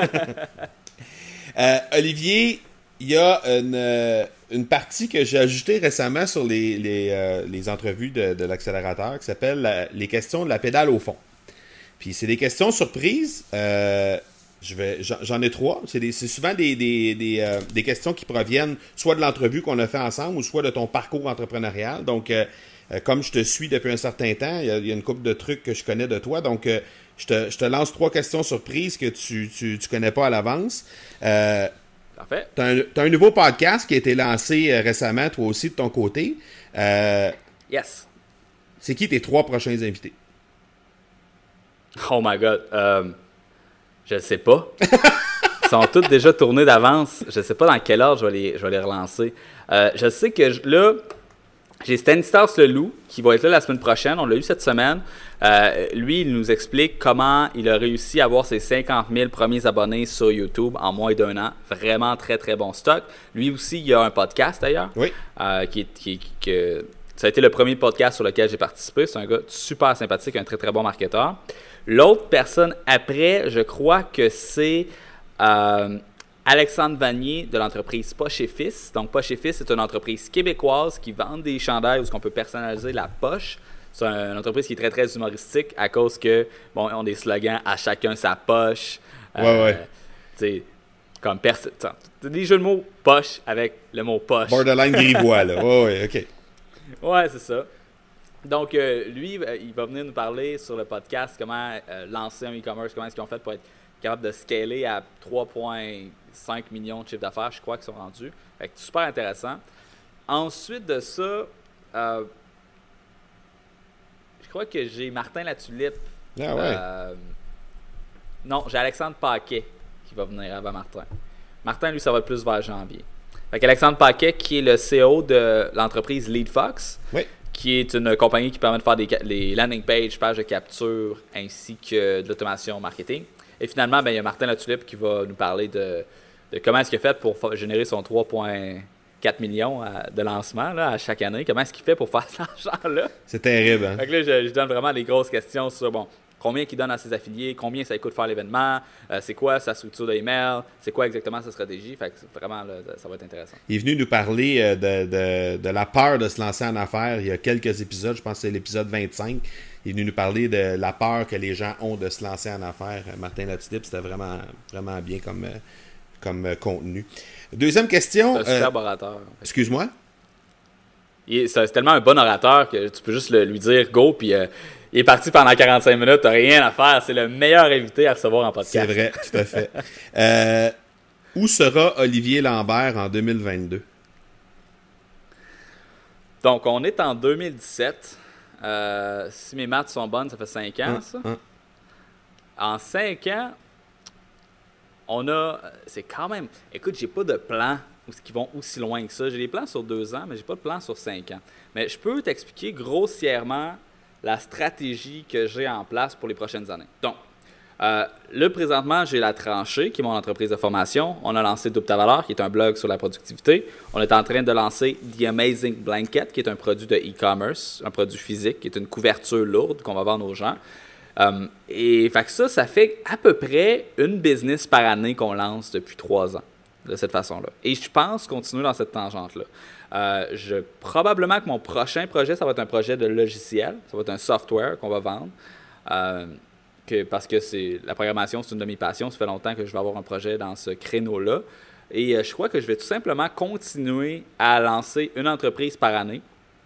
Olivier, il y a une partie que j'ai ajoutée récemment sur les entrevues de l'accélérateur qui s'appelle les questions de la pédale au fond. Puis c'est des questions surprises. J'en ai 3. C'est souvent des questions qui proviennent soit de l'entrevue qu'on a fait ensemble ou soit de ton parcours entrepreneurial. Donc, comme je te suis depuis un certain temps, il y a une couple de trucs que je connais de toi. Donc, je te lance 3 questions surprises que tu connais pas à l'avance. Parfait. T'as un nouveau podcast qui a été lancé récemment, toi aussi, de ton côté. Yes. C'est qui tes 3 prochains invités? Oh my God. Je ne sais pas. Ils sont tous déjà tournés d'avance. Je ne sais pas dans quel ordre je vais les relancer. Je sais que là, j'ai Stanislas Leloup qui va être là la semaine prochaine. On l'a eu cette semaine. Lui, il nous explique comment il a réussi à avoir ses 50 000 premiers abonnés sur YouTube en moins d'1 an. Vraiment très, très bon stock. Lui aussi, il a un podcast d'ailleurs. Oui. Ça a été le premier podcast sur lequel j'ai participé. C'est un gars super sympathique, un très, très bon marketeur. L'autre personne après, je crois que c'est Alexandre Vanier de l'entreprise Poche et Fils. Donc, Poche et Fils, c'est une entreprise québécoise qui vend des chandails où on peut personnaliser la poche. C'est une entreprise qui est très, très humoristique à cause que, bon, ils ont des slogans « à chacun sa poche ». Ouais. Tu sais, comme des jeux de mots poche avec le mot poche. Borderline grivois, là. Ouais, OK. Ouais, c'est ça. Donc, lui, il va venir nous parler sur le podcast comment lancer un e-commerce, comment est-ce qu'ils ont fait pour être capable de scaler à 3,5 millions de chiffre d'affaires, je crois qu'ils sont rendus. Fait que super intéressant. Ensuite de ça, Je crois que j'ai Martin Latulippe. Ah ouais. Non, j'ai Alexandre Paquet qui va venir avant Martin. Martin, lui, ça va être plus vers janvier. Fait qu'Alexandre Paquet, qui est le CEO de l'entreprise LeadFox, qui est une compagnie qui permet de faire les landing pages de capture, ainsi que de l'automation marketing. Et finalement, il y a Martin Latulippe qui va nous parler de comment est-ce qu'il a fait pour générer son 3,4 millions de lancement là, à chaque année. Comment est-ce qu'il fait pour faire cet argent-là? C'est terrible, hein? Fait que là, je donne vraiment des grosses questions sur, combien il donne à ses affiliés, combien ça coûte faire l'événement, c'est quoi sa structure d'email, c'est quoi exactement sa stratégie. Fait que vraiment, là, ça va être intéressant. Il est venu nous parler de la peur de se lancer en affaires il y a quelques épisodes. Je pense que c'est l'épisode 25. Il est venu nous parler de la peur que les gens ont de se lancer en affaires. Martin Latulippe, c'était vraiment, vraiment bien comme contenu. Deuxième question. C'est un super orateur. Excuse-moi? C'est tellement un bon orateur que tu peux juste lui dire go, puis il est parti pendant 45 minutes, t'as rien à faire. C'est le meilleur invité à recevoir en podcast. C'est vrai, tout à fait. Où sera Olivier Lambert en 2022? Donc, on est en 2017. Si mes maths sont bonnes, ça fait 5 ans, ça. En 5 ans, on a... C'est quand même... Écoute, j'ai pas de plan qui vont aussi loin que ça. J'ai des plans sur 2 ans, mais j'ai pas de plan sur 5 ans. Mais je peux t'expliquer grossièrement la stratégie que j'ai en place pour les prochaines années. Donc, là, présentement, j'ai La Tranchée, qui est mon entreprise de formation. On a lancé Double ta valeur, qui est un blog sur la productivité. On est en train de lancer The Amazing Blanket, qui est un produit de e-commerce, un produit physique, qui est une couverture lourde qu'on va vendre aux gens. Et fait que ça fait à peu près une business par année qu'on lance depuis 3 ans, de cette façon-là. Et je pense continuer dans cette tangente-là. Probablement que mon prochain projet, ça va être un projet de logiciel. Ça va être un software qu'on va vendre. Parce que la programmation, c'est une de mes passions. Ça fait longtemps que je vais avoir un projet dans ce créneau-là. Et je crois que je vais tout simplement continuer à lancer une entreprise par année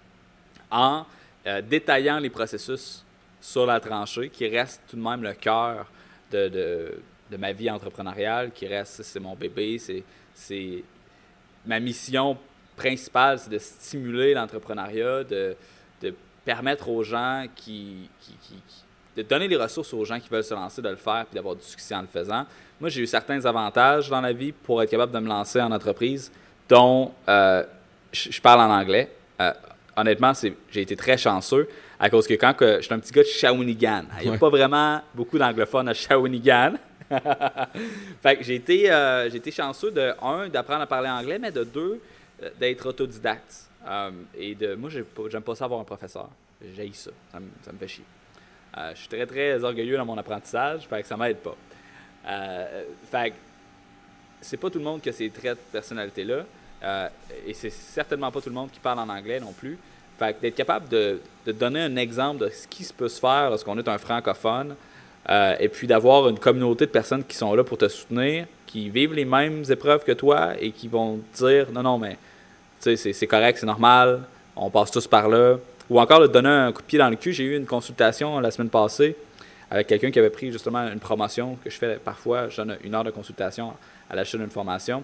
en détaillant les processus sur La Tranchée, qui reste tout de même le cœur de ma vie entrepreneuriale, qui reste, c'est mon bébé, c'est ma mission principale, c'est de stimuler l'entrepreneuriat, de permettre aux gens de donner les ressources aux gens qui veulent se lancer, de le faire puis d'avoir du succès en le faisant. Moi, j'ai eu certains avantages dans la vie pour être capable de me lancer en entreprise, dont je parle en anglais. Honnêtement, j'ai été très chanceux à cause que quand je suis un petit gars de Shawinigan, il n'y a pas vraiment beaucoup d'anglophones à Shawinigan. Fait que j'ai été chanceux d'apprendre à parler anglais, mais de 2, d'être autodidacte. Moi, j'aime pas ça avoir un professeur. J'haïs ça. Ça me fait chier. Je suis très, très orgueilleux dans mon apprentissage, fait que ça m'aide pas. Fait que c'est pas tout le monde qui a ces traits de personnalité-là, et c'est certainement pas tout le monde qui parle en anglais non plus. Fait que d'être capable de donner un exemple de ce qui peut se faire lorsqu'on est un francophone, et puis d'avoir une communauté de personnes qui sont là pour te soutenir, qui vivent les mêmes épreuves que toi et qui vont te dire « Non, mais c'est correct, c'est normal, on passe tous par là ». Ou encore de donner un coup de pied dans le cul. J'ai eu une consultation la semaine passée avec quelqu'un qui avait pris justement une promotion que je fais parfois. Je donne 1 heure de consultation à l'achat d'une formation.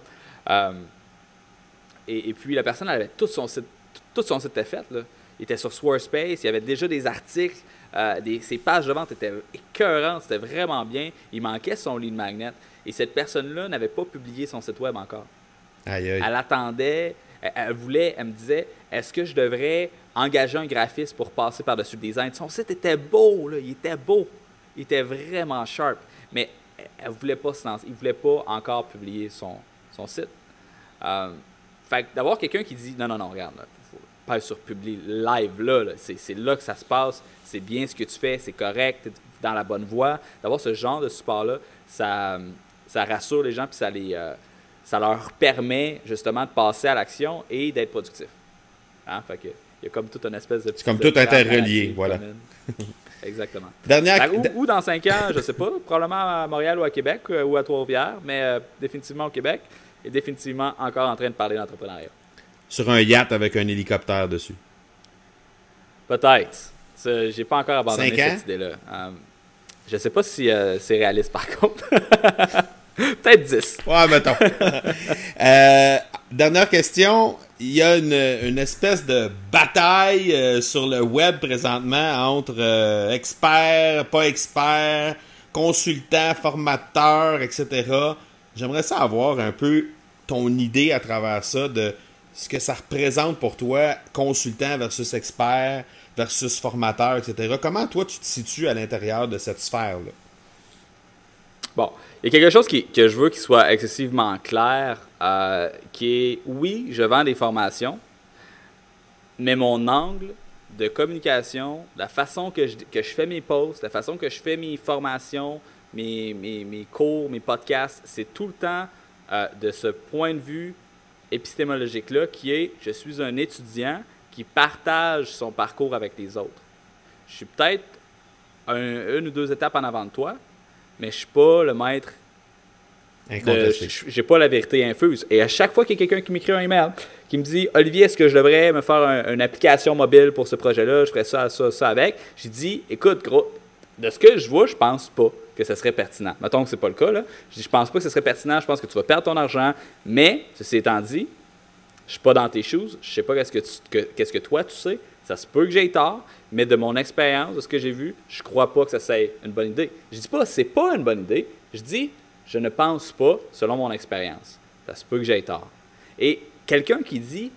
Et puis la personne avait tout son site était fait. Là. Il était sur Squarespace, il y avait déjà des articles, ses pages de vente étaient écœurantes, c'était vraiment bien. Il manquait son lead magnet. Et cette personne-là n'avait pas publié son site web encore. Aïe, aïe. Elle attendait, elle me disait, est-ce que je devrais engager un graphiste pour passer par-dessus le design? Son site était beau, là, il était beau. Il était vraiment sharp. Mais elle ne voulait pas se lancer. Il ne voulait pas encore publier son site. Fait que d'avoir quelqu'un qui dit, non, regarde, il faut pas sur publier live là, c'est là que ça se passe, c'est bien ce que tu fais, c'est correct, tu es dans la bonne voie. D'avoir ce genre de support-là, ça rassure les gens, puis ça leur permet justement de passer à l'action et d'être productif. Hein? Fait que il y a comme toute une espèce de... C'est comme tout interrelié, voilà. Exactement. Ou dans 5 ans, je sais pas, probablement à Montréal ou à Québec ou à Trois-Rivières, mais définitivement au Québec et définitivement encore en train de parler d'entrepreneuriat. Sur un yacht avec un hélicoptère dessus. Peut-être. J'ai pas encore abandonné cette idée-là. Je sais pas si c'est réaliste par contre. Peut-être 10. Ouais, mettons. Dernière question. il y a une espèce de bataille sur le web présentement entre experts, pas experts, consultants, formateurs, etc. J'aimerais ça avoir un peu ton idée à travers ça de ce que ça représente pour toi, consultant versus expert, versus formateur, etc. Comment toi tu te situes à l'intérieur de cette sphère-là? Bon, il y a quelque chose que je veux qu'il soit excessivement clair, qui est, oui, je vends des formations, mais mon angle de communication, la façon que je fais mes posts, la façon que je fais mes formations, mes cours, mes podcasts, c'est tout le temps de ce point de vue épistémologique-là qui est, je suis un étudiant qui partage son parcours avec les autres. Je suis peut-être une ou deux étapes en avant de toi, mais je ne suis pas le maître. J'ai pas la vérité infuse. Et à chaque fois qu'il y a quelqu'un qui m'écrit un email, qui me dit « Olivier, est-ce que je devrais me faire une application mobile pour ce projet-là? Je ferais ça avec. » J'ai dit « Écoute, gros, de ce que je vois, je pense pas que ce serait pertinent. » Mettons que c'est pas le cas, là. Je dis « Je pense pas que ce serait pertinent. Je pense que tu vas perdre ton argent. Mais, ceci étant dit, je suis pas dans tes shoes. Je sais pas qu'est-ce que toi, tu sais. Ça se peut que j'aie tort, mais de mon expérience, de ce que j'ai vu, je crois pas que ça soit une bonne idée. Je dis pas c'est pas une bonne idée. Je dis je ne pense pas selon mon expérience. Ça se peut que j'aie tort. Et quelqu'un qui dit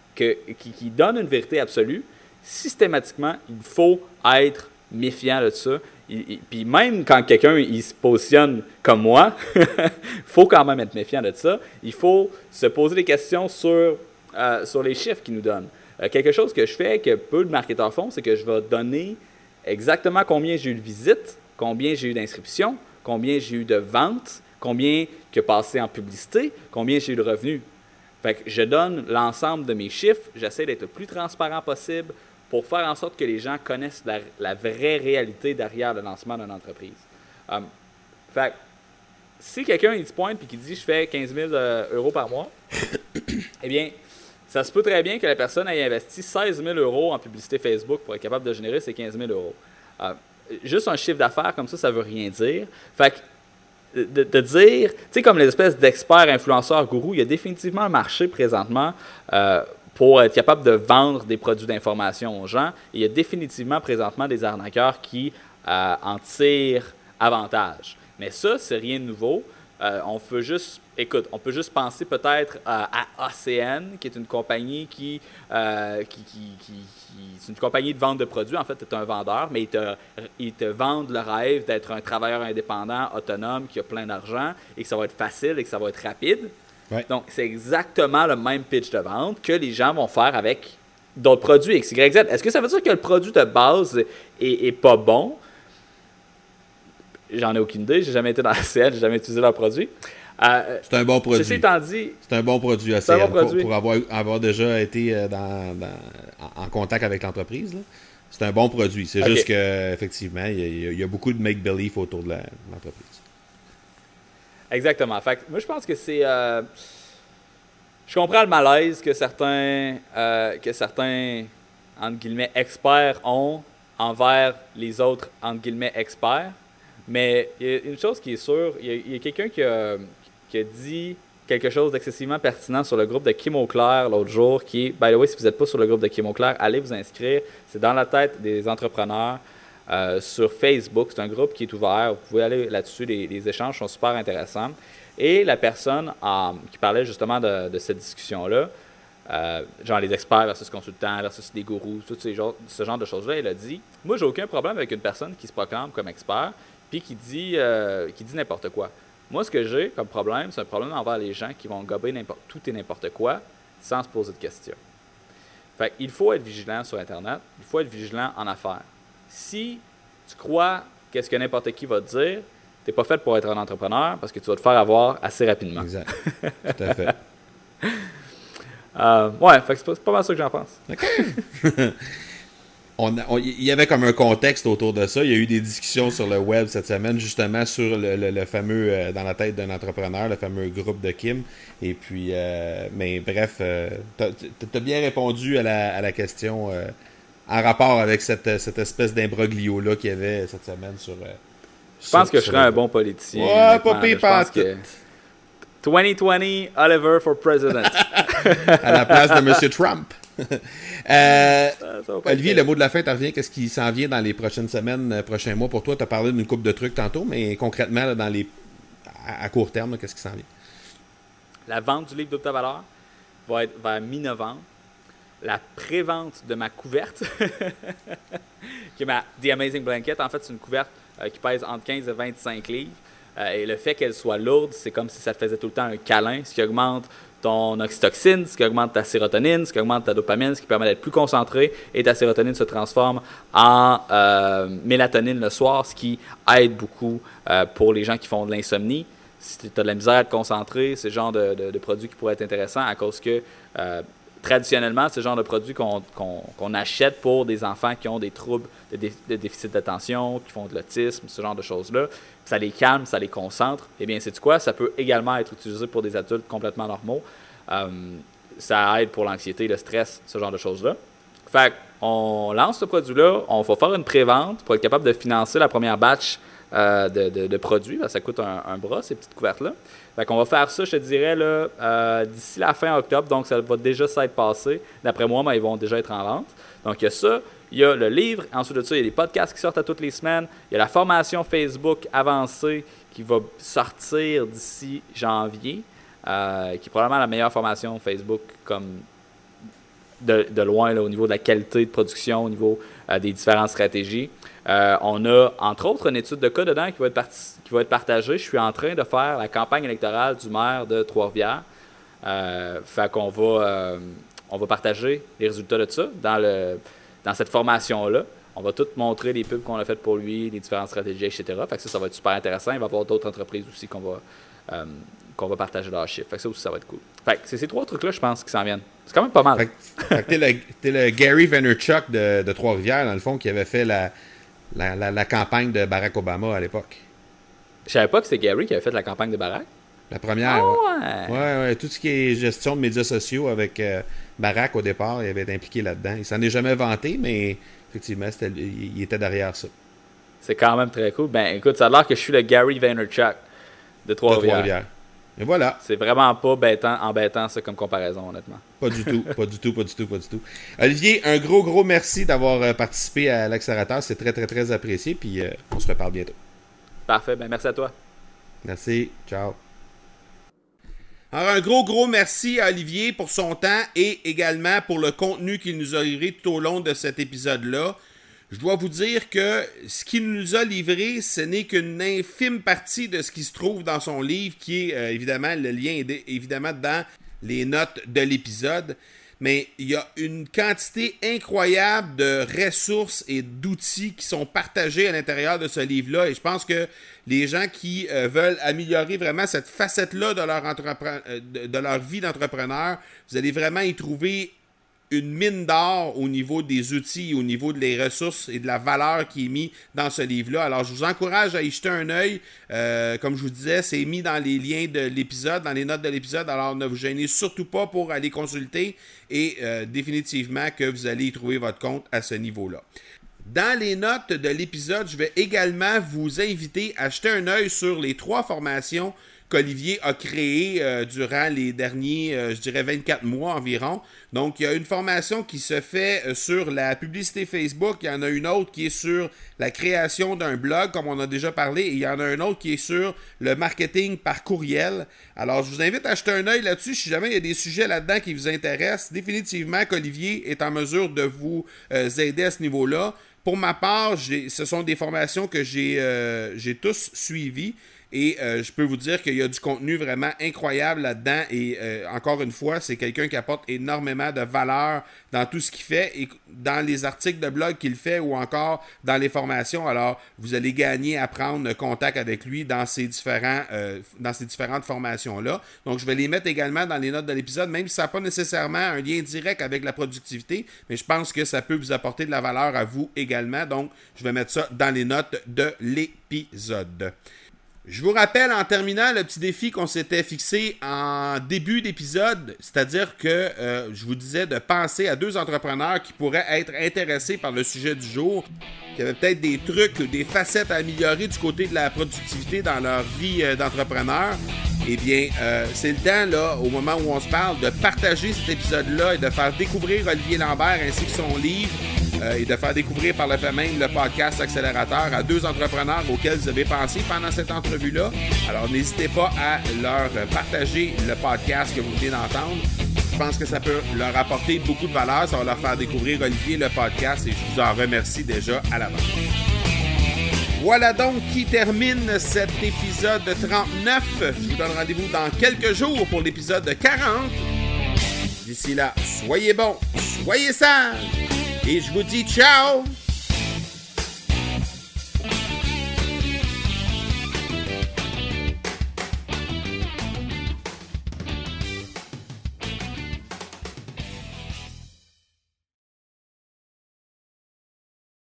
qui donne une vérité absolue, systématiquement, il faut être méfiant de ça. Puis même quand quelqu'un il se positionne comme moi, il faut quand même être méfiant de ça. Il faut se poser des questions sur les chiffres qu'il nous donne. Quelque chose que je fais, que peu de marketeurs font, c'est que je vais donner exactement combien j'ai eu de visites, combien j'ai eu d'inscriptions, combien j'ai eu de ventes, combien qui a passé en publicité, combien j'ai eu de revenus. Fait que je donne l'ensemble de mes chiffres, j'essaie d'être le plus transparent possible pour faire en sorte que les gens connaissent la vraie réalité derrière le lancement d'une entreprise. Fait que si quelqu'un il se pointe et qui dit « je fais 15 000 € par mois », eh bien, ça se peut très bien que la personne ait investi 16 000 € en publicité Facebook pour être capable de générer ces 15 000 €. Juste un chiffre d'affaires comme ça ne veut rien dire. Fait que de dire, tu sais, comme les espèces d'experts, influenceurs, gourous, il y a définitivement un marché présentement pour être capable de vendre des produits d'information aux gens. Et il y a définitivement présentement des arnaqueurs qui en tirent avantage. Mais ça, c'est rien de nouveau. On peut juste penser peut-être à ACN, qui est une compagnie c'est une compagnie de vente de produits. En fait, tu es un vendeur, mais ils te vendent le rêve d'être un travailleur indépendant, autonome, qui a plein d'argent et que ça va être facile et que ça va être rapide. Ouais. Donc, c'est exactement le même pitch de vente que les gens vont faire avec d'autres produits X, Y, Z. Est-ce que ça veut dire que le produit de base est pas bon? J'en ai aucune idée. J'ai jamais été dans ACN, j'ai jamais utilisé leur produit. C'est un bon produit. Ceci étant dit, c'est un bon produit ACN pour avoir déjà été en contact avec l'entreprise. Là. C'est un bon produit. C'est juste qu'effectivement, il y a beaucoup de make-believe autour de l'entreprise. Exactement. Fait que moi, je pense que c'est... je comprends le malaise que certains entre guillemets, experts ont envers les autres, entre guillemets, experts. Mais il y a une chose qui est sûre, il y a quelqu'un qui a dit quelque chose d'excessivement pertinent sur le groupe de Kim Auclair l'autre jour, qui est, by the way, si vous n'êtes pas sur le groupe de Kim Auclair, allez vous inscrire. C'est dans la tête des entrepreneurs sur Facebook. C'est un groupe qui est ouvert. Vous pouvez aller là-dessus. Les échanges sont super intéressants. Et la personne qui parlait justement de cette discussion-là, genre les experts versus consultants versus des gourous, tout ce genre de choses-là, elle a dit « Moi, j'ai aucun problème avec une personne qui se proclame comme expert puis qui dit n'importe quoi. Moi, ce que j'ai comme problème, c'est un problème envers les gens qui vont gober tout et n'importe quoi sans se poser de questions. » Fait qu'il faut être vigilant sur Internet, il faut être vigilant en affaires. Si tu crois qu'est-ce que n'importe qui va te dire, tu n'es pas fait pour être un entrepreneur parce que tu vas te faire avoir assez rapidement. Exact. Tout à fait. Ouais, fait que c'est pas mal ça que j'en pense. OK. Il y avait comme un contexte autour de ça. Il y a eu des discussions sur le web cette semaine, justement, sur le fameux dans la tête d'un entrepreneur, le fameux groupe de Kim. Et puis, mais bref, t'as bien répondu à la question en rapport avec cette espèce d'imbroglio-là qu'il y avait cette semaine sur... je pense que je serais un bon politicien. Ouais, pas pire, pas tout. 2020, Oliver for president. à la place de M. Trump. Olivier, le mot de la fin, t'en reviens. Qu'est-ce qui s'en vient dans les prochaines semaines, prochains mois pour toi? Tu as parlé d'une couple de trucs tantôt, mais concrètement, là, à court terme, qu'est-ce qui s'en vient? La vente du livre Double ta valeur va être vers mi-novembre. La pré-vente de ma couverte, qui est ma The Amazing Blanket. En fait, c'est une couverte qui pèse entre 15 et 25 livres. Et le fait qu'elle soit lourde, c'est comme si ça te faisait tout le temps un câlin, ce qui augmente ton oxytocine, ce qui augmente ta sérotonine, ce qui augmente ta dopamine, ce qui permet d'être plus concentré, et ta sérotonine se transforme en mélatonine le soir, ce qui aide beaucoup pour les gens qui font de l'insomnie. Si tu as de la misère à te concentrer, c'est le genre de produit qui pourrait être intéressant à cause que traditionnellement, c'est le genre de produit qu'on achète pour des enfants qui ont des troubles de déficit d'attention, qui font de l'autisme, ce genre de choses-là. Ça les calme, ça les concentre. Eh bien, c'est quoi? Ça peut également être utilisé pour des adultes complètement normaux. Ça aide pour l'anxiété, le stress, ce genre de choses-là. Fait qu'on lance ce produit-là, on va faire une pré-vente pour être capable de financer la première batch de produits. Ça coûte un bras, ces petites couvertes-là. Fait qu'on va faire ça, je te dirais, là, d'ici la fin octobre. Donc, ça va déjà s'être passé. D'après moi, ils vont déjà être en vente. Donc, il y a ça. Il y a le livre. Ensuite de ça, il y a des podcasts qui sortent à toutes les semaines. Il y a la formation Facebook avancée qui va sortir d'ici janvier, qui est probablement la meilleure formation Facebook comme de loin là, au niveau de la qualité de production, au niveau des différentes stratégies. On a, entre autres, une étude de cas dedans qui va être partagée. Je suis en train de faire la campagne électorale du maire de Trois-Rivières. Fait qu'on va partager les résultats de ça dans cette formation-là. On va tout montrer les pubs qu'on a faites pour lui, les différentes stratégies, etc. Fait que ça va être super intéressant. Il va y avoir d'autres entreprises aussi qu'on va partager leurs chiffres. Fait que ça aussi, ça va être cool. Fait que c'est ces 3 trucs-là, je pense, qui s'en viennent. C'est quand même pas mal. Fait que t'es le Gary Vaynerchuk de Trois-Rivières, dans le fond, qui avait fait la campagne de Barack Obama à l'époque. Je savais pas que c'était Gary qui avait fait la campagne de Barack. La première, ouais. Tout ce qui est gestion de médias sociaux avec Barack, au départ, il avait été impliqué là-dedans. Il s'en est jamais vanté, mais effectivement, il était derrière ça. C'est quand même très cool. Ben, écoute, ça a l'air que je suis le Gary Vaynerchuk de Trois-Rivières. Et voilà. C'est vraiment pas embêtant, ça, comme comparaison, honnêtement. Pas du tout. Olivier, un gros merci d'avoir participé à l'Accélérateur. C'est très, très, très apprécié. Puis, on se reparle bientôt. Parfait. Ben, merci à toi. Merci. Ciao. Alors, un gros merci à Olivier pour son temps et également pour le contenu qu'il nous a livré tout au long de cet épisode-là. Je dois vous dire que ce qu'il nous a livré, ce n'est qu'une infime partie de ce qui se trouve dans son livre, qui est évidemment, le lien est évidemment dans les notes de l'épisode. Mais il y a une quantité incroyable de ressources et d'outils qui sont partagés à l'intérieur de ce livre-là. Et je pense que les gens qui veulent améliorer vraiment cette facette-là de leur vie d'entrepreneur, vous allez vraiment y trouver une mine d'or au niveau des outils, au niveau des ressources et de la valeur qui est mise dans ce livre-là. Alors, je vous encourage à y jeter un œil. Comme je vous disais, c'est mis dans les liens de l'épisode, dans les notes de l'épisode. Alors, ne vous gênez surtout pas pour aller consulter et définitivement que vous allez y trouver votre compte à ce niveau-là. Dans les notes de l'épisode, je vais également vous inviter à jeter un œil sur les 3 formations qu'Olivier a créées durant les derniers, 24 mois environ. Donc, il y a une formation qui se fait sur la publicité Facebook. Il y en a une autre qui est sur la création d'un blog, comme on a déjà parlé. Et il y en a un autre qui est sur le marketing par courriel. Alors, je vous invite à jeter un œil là-dessus. Si jamais il y a des sujets là-dedans qui vous intéressent, définitivement qu'Olivier est en mesure de vous aider à ce niveau-là. Pour ma part, ce sont des formations que j'ai tous suivies. Et je peux vous dire qu'il y a du contenu vraiment incroyable là-dedans. Et encore une fois, c'est quelqu'un qui apporte énormément de valeur dans tout ce qu'il fait. Et dans les articles de blog qu'il fait ou encore dans les formations. Alors, vous allez gagner à prendre contact avec lui dans ces différentes formations-là. Donc, je vais les mettre également dans les notes de l'épisode, même si ça n'a pas nécessairement un lien direct avec la productivité. Mais je pense que ça peut vous apporter de la valeur à vous également. Donc, je vais mettre ça dans les notes de l'épisode. Je vous rappelle en terminant le petit défi qu'on s'était fixé en début d'épisode, c'est-à-dire que je vous disais de penser à 2 entrepreneurs qui pourraient être intéressés par le sujet du jour. qui avaient peut-être des trucs, des facettes à améliorer du côté de la productivité dans leur vie d'entrepreneur, eh bien, c'est le temps, là, au moment où on se parle, de partager cet épisode-là et de faire découvrir Olivier Lambert ainsi que son livre et de faire découvrir par le fait même le podcast Accélérateur à 2 entrepreneurs auxquels vous avez pensé pendant cette entrevue-là. Alors, n'hésitez pas à leur partager le podcast que vous venez d'entendre. Je pense que ça peut leur apporter beaucoup de valeur. Ça va leur faire découvrir Olivier, le podcast, et je vous en remercie déjà à l'avance. Voilà donc qui termine cet épisode 39. Je vous donne rendez-vous dans quelques jours pour l'épisode 40. D'ici là, soyez bons, soyez sages, et je vous dis ciao!